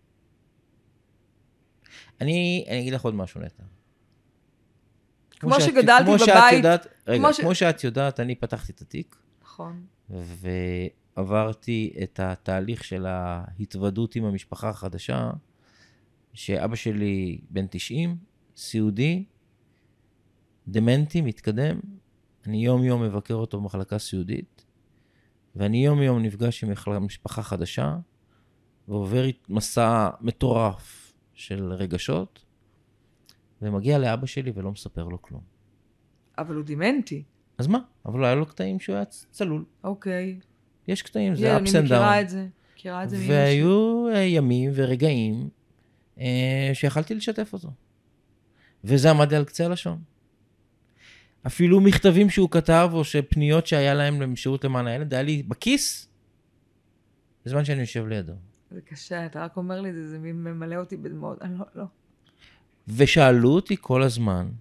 אני, אני אגיד לך עוד משהו נטע. כמו שאת, שגדלתי כמו בבית. שאת יודעת, רגע, כמו, כמו ש... שאת יודעת, אני פתחתי את התיק. נכון. ועברתי את התהליך של ההתוודות עם המשפחה החדשה, שאבא שלי בן תשעים, סיעודי, דמנטי, מתקדם. אני יום יום מבקר אותו במחלקה סיעודית, ואני יום יום נפגש עם משפחה חדשה, ועובר מסע מטורף של רגשות, ומגיע לאבא שלי ולא מספר לו כלום. אבל הוא דימנטי. אז מה? אבל היה לו קטעים שהוא היה צלול. אוקיי. יש קטעים, זה ups and down. אני מכירה את זה. מכירה את זה מישהו. והיו ימים ורגעים אה, שיכלתי לשתף אותו. וזה עמד על קצה הלשון. אפילו מכתבים שהוא כתב, או שפניות שהיה להם לשירות למען הילד, היה לי בכיס, בזמן שאני יושב לידו. זה קשה, אתה רק אומר לי, זה, זה ממלא אותי בדמעות, אני לא, לא. ושאלו אותי כל הזמן,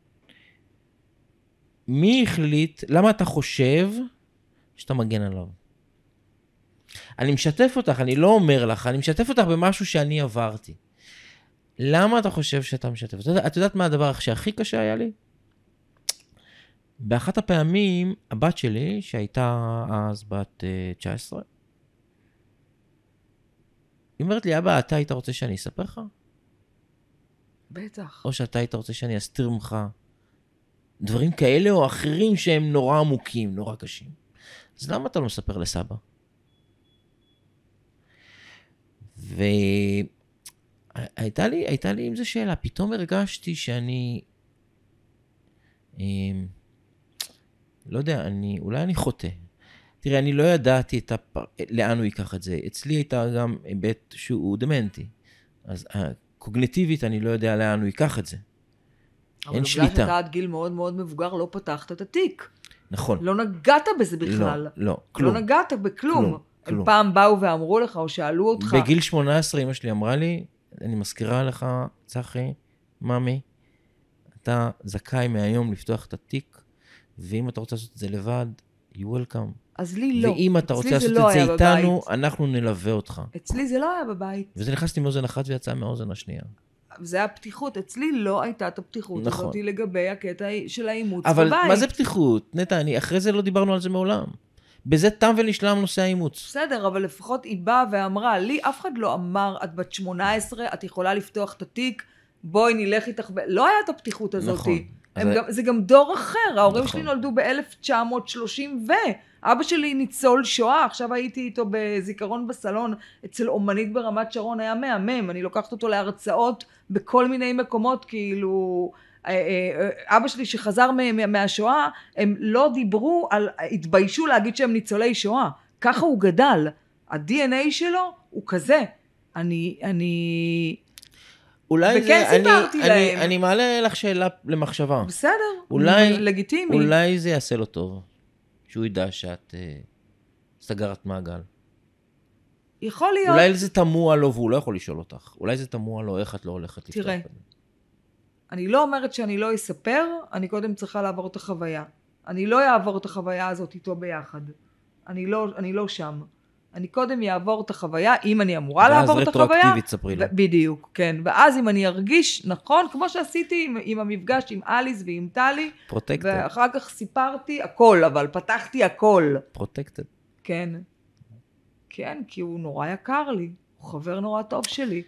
מי החליט, למה אתה חושב שאתה מגן עליו? אני משתף אותך, אני לא אומר לך, אני משתף אותך במשהו שאני עברתי. למה אתה חושב שאתה משתף? את יודעת מה הדבר שהכי קשה היה לי? באחת הפעמים, הבת שלי, שהייתה אז בת uh, תשע עשרה, היא אומרת לי, אבא, אתה היית רוצה שאני אספר לך? בטח. או שאתה היית רוצה שאני אסתיר ממך דברים כאלה או אחרים שהם נורא עמוקים, נורא קשים. אז למה אתה לא מספר לסבא? והייתה לי, הייתה לי עם זה שאלה, פתאום הרגשתי שאני, לא יודע, אני, אולי אני חוטא. תראה, אני לא ידעתי את הפ... לאן הוא ייקח את זה. אצלי הייתה גם היבט שהוא דמנטי. אז קוגניטיבית אני לא יודע לאן הוא ייקח את זה. אין שליטה. אבל בגלל שאתה עד גיל מאוד מאוד מבוגר לא פתחת את התיק. נכון. לא נגעת בזה בכלל. לא, לא, כלום. לא נגעת בכלום. כלום, כלום. הם פעם באו ואמרו לך או שאלו אותך. בגיל שמונה עשרה אמא שלי אמרה לי, אני מזכירה לך, צחי, ממי, אתה זכאי מהיום לפתוח את התיק, ואם אתה רוצה לעשות את זה לבד, you welcome. אז לי לא. ואם אתה רוצה לעשות את זה איתנו, אנחנו נלווה אותך. אצלי זה לא היה בבית. וזה נכנסתי מאוזן אחת ויצא מאוזן השנייה. זה היה פתיחות. אצלי לא הייתה את הפתיחות נכון. הזאת לגבי הקטע של האימוץ בבית. אבל מה זה פתיחות? נטע, אני, אחרי זה לא דיברנו על זה מעולם. בזה תם ונשלם נושא האימוץ. בסדר, אבל לפחות היא באה ואמרה, לי אף אחד לא אמר, את בת שמונה עשרה, את יכולה לפתוח את התיק, בואי נלך איתך. לא היה את הפתיחות הזאת. נכון. זה... גם, זה גם דור אחר, ההורים נכון. שלי נולדו ב-אלף תשע מאות שלושים ו... אבא שלי ניצול שואה, עכשיו הייתי איתו בזיכרון בסלון, אצל אומנית ברמת שרון, היה מהמם, אני לוקחת אותו להרצאות בכל מיני מקומות, כאילו, אבא שלי שחזר מהשואה, הם לא דיברו על, התביישו להגיד שהם ניצולי שואה, ככה הוא גדל, ה-די אן איי שלו הוא כזה, אני, אני... אולי וכן זה, סיפרתי אני, להם. אני, אני מעלה לך שאלה למחשבה. בסדר, אולי, לגיטימי. אולי זה יעשה לו טוב. שהוא ידע שאת אה, סגרת מעגל. יכול להיות. אולי זה תמוה לו, והוא לא יכול לשאול אותך. אולי זה תמוה לו, איך את לא הולכת לפתוח. תראה, אני לא אומרת שאני לא אספר, אני קודם צריכה לעבור את החוויה. אני לא אעבור את החוויה הזאת איתו ביחד. אני לא, אני לא שם. אני קודם יעבור את החוויה, אם אני אמורה לעבור את החוויה. ואז רטרואקטיבית ספרי לו. בדיוק, כן. ואז אם אני ארגיש, נכון, כמו שעשיתי עם, עם המפגש עם אליס ועם טלי. פרוטקטד. ואחר כך סיפרתי הכל, אבל פתחתי הכל. פרוטקטד. כן. כן, כי הוא נורא יקר לי, הוא חבר נורא טוב שלי.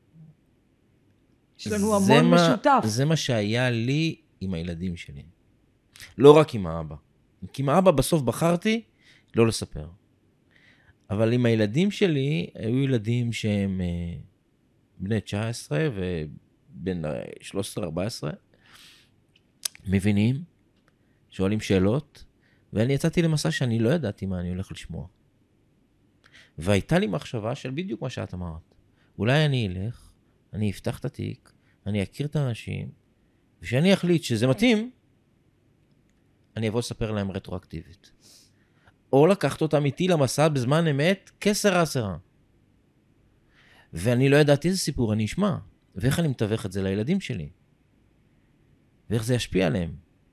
יש לנו המון מה, משותף. זה מה שהיה לי עם הילדים שלי. לא רק עם האבא. כי עם האבא בסוף בחרתי לא לספר. אבל עם הילדים שלי, היו ילדים שהם בני תשע עשרה ובין שלוש עשרה ארבע עשרה, מבינים, שואלים שאלות, ואני יצאתי למסע שאני לא ידעתי מה אני הולך לשמוע. והייתה לי מחשבה של בדיוק מה שאת אמרת. אולי אני אלך, אני אפתח את התיק, אני אכיר את האנשים, ושאני אחליט שזה מתאים, אני אבוא לספר להם רטרואקטיבית. או לקחת אותם איתי למסע בזמן אמת, כסר עשרה. ואני לא ידעתי איזה סיפור אני אשמע, ואיך אני מתווך את זה לילדים שלי, ואיך זה ישפיע עליהם,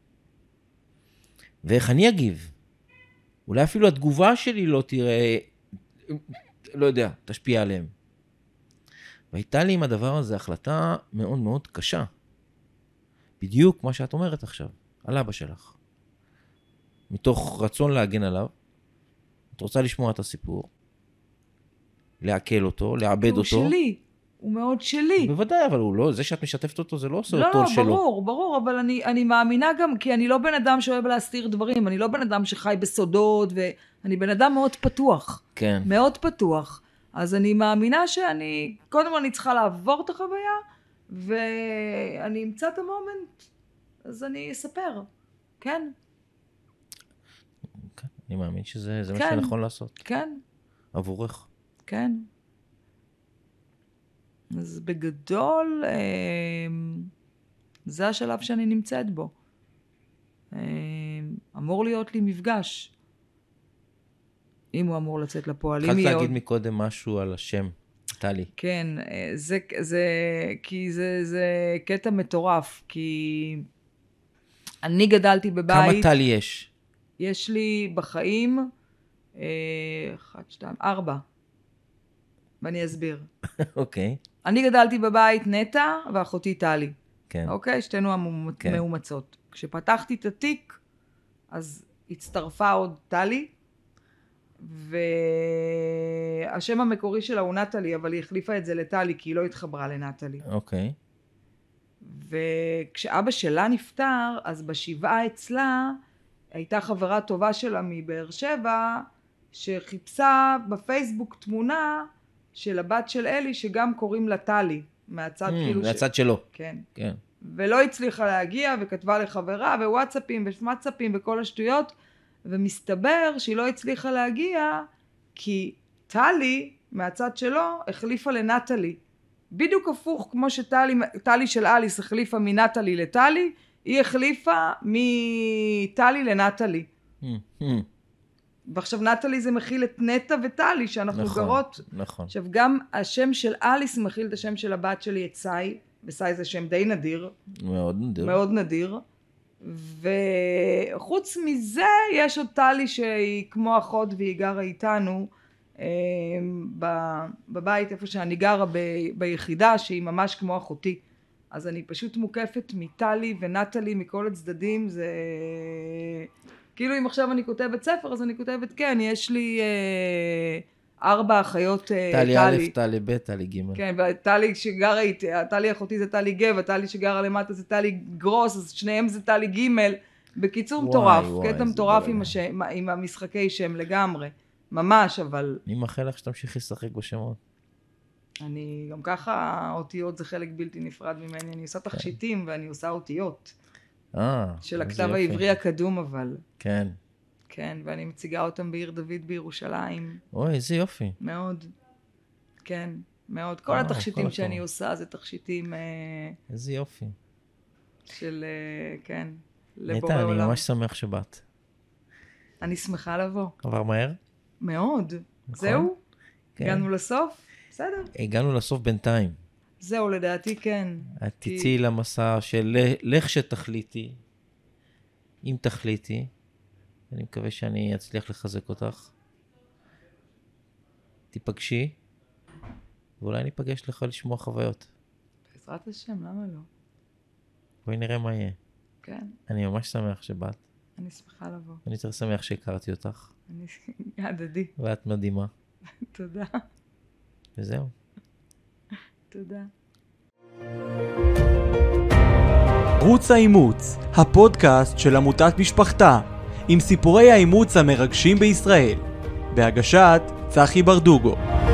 ואיך אני אגיב. אולי אפילו התגובה שלי לא תראה, לא יודע, תשפיע עליהם. והייתה לי עם הדבר הזה החלטה מאוד מאוד קשה. בדיוק מה שאת אומרת עכשיו, על אבא שלך. מתוך רצון להגן עליו, את רוצה לשמוע את הסיפור, לעכל אותו, לעבד אותו. הוא שלי, הוא מאוד שלי. בוודאי, אבל הוא לא, זה שאת משתפת אותו, זה לא עושה לא, אותו לא, שלו. לא, ברור, ברור, אבל אני, אני מאמינה גם, כי אני לא בן אדם שאוהב להסתיר דברים, אני לא בן אדם שחי בסודות, ואני בן אדם מאוד פתוח. כן. מאוד פתוח. אז אני מאמינה שאני, קודם כל אני צריכה לעבור את החוויה, ואני אמצא את המומנט, אז אני אספר, כן? כן, אני מאמין שזה זה כן. מה שנכון לעשות. כן. עבורך. כן. אז בגדול, זה השלב שאני נמצאת בו. אמור להיות לי מפגש. אם הוא אמור לצאת לפועל. התחלת להגיד מקודם משהו על השם, טלי. כן, זה, זה, כי זה, זה קטע מטורף, כי אני גדלתי בבית. כמה טלי יש? יש לי בחיים, אחת, שתיים, ארבע. ואני אסביר. אוקיי. אני גדלתי בבית נטע ואחותי טלי. כן. אוקיי? שתינו המאומצות. כשפתחתי את התיק, אז הצטרפה עוד טלי, והשם המקורי שלה הוא נטלי, אבל היא החליפה את זה לטלי, כי היא לא התחברה לנטלי. אוקיי. וכשאבא שלה נפטר, אז בשבעה אצלה, הייתה חברה טובה שלה מבאר שבע, שחיפשה בפייסבוק תמונה של הבת של אלי, שגם קוראים לה טלי, מהצד mm, כאילו... מהצד ש... שלו. כן. כן. ולא הצליחה להגיע, וכתבה לחברה, ווואטסאפים, ווואטסאפים, וכל השטויות, ומסתבר שהיא לא הצליחה להגיע, כי טלי, מהצד שלו, החליפה לנטלי. בדיוק הפוך, כמו שטלי, טלי של אליס החליפה מנטלי לטלי, היא החליפה מטלי לנטלי. Mm, mm. ועכשיו נטלי זה מכיל את נטע וטלי, שאנחנו נכון, גרות. נכון. עכשיו גם השם של אליס מכיל את השם של הבת שלי, את סי, וסי זה שם די נדיר. מאוד נדיר. מאוד נדיר. וחוץ מזה יש עוד טלי שהיא כמו אחות והיא גרה איתנו בבית איפה שאני גרה ביחידה, שהיא ממש כמו אחותי. אז אני פשוט מוקפת מטלי ונטלי מכל הצדדים. זה כאילו אם עכשיו אני כותבת ספר, אז אני כותבת כן, יש לי אה, ארבע אחיות אה, טלי א', טלי ב', טלי ג'. כן, וטלי שגרה איתי, טלי אחותי זה טלי ג', וטלי שגרה למטה זה טלי גרוס, אז שניהם זה טלי ג'. בקיצור מטורף, קטע מטורף עם, הש... עם המשחקי שם לגמרי. ממש, אבל... אני מאחל לך שתמשיך לשחק בשמות. אני גם ככה, אותיות זה חלק בלתי נפרד ממני, אני עושה תכשיטים ואני עושה אותיות. אה, של הכתב העברי הקדום אבל. כן. כן, ואני מציגה אותם בעיר דוד בירושלים. אוי, איזה יופי. מאוד. כן, מאוד. כל התכשיטים שאני עושה זה תכשיטים... איזה יופי. של, כן, לבורא נטע, עולם. אני ממש שמח שבאת. אני שמחה לבוא. עבר מהר? מאוד. זהו? הגענו לסוף? בסדר. הגענו לסוף בינתיים. זהו, לדעתי כן. את תצאי למסע של לך שתחליטי, אם תחליטי, אני מקווה שאני אצליח לחזק אותך. תיפגשי, ואולי ניפגש לך לשמוע חוויות. בעזרת השם, למה לא? בואי נראה מה יהיה. כן. אני ממש שמח שבאת. אני שמחה לבוא. אני יותר שמח שהכרתי אותך. אני... הדדי. ואת מדהימה. תודה. וזהו. תודה. ערוץ האימוץ, הפודקאסט של עמותת משפחתה, עם סיפורי האימוץ המרגשים בישראל, בהגשת צחי ברדוגו.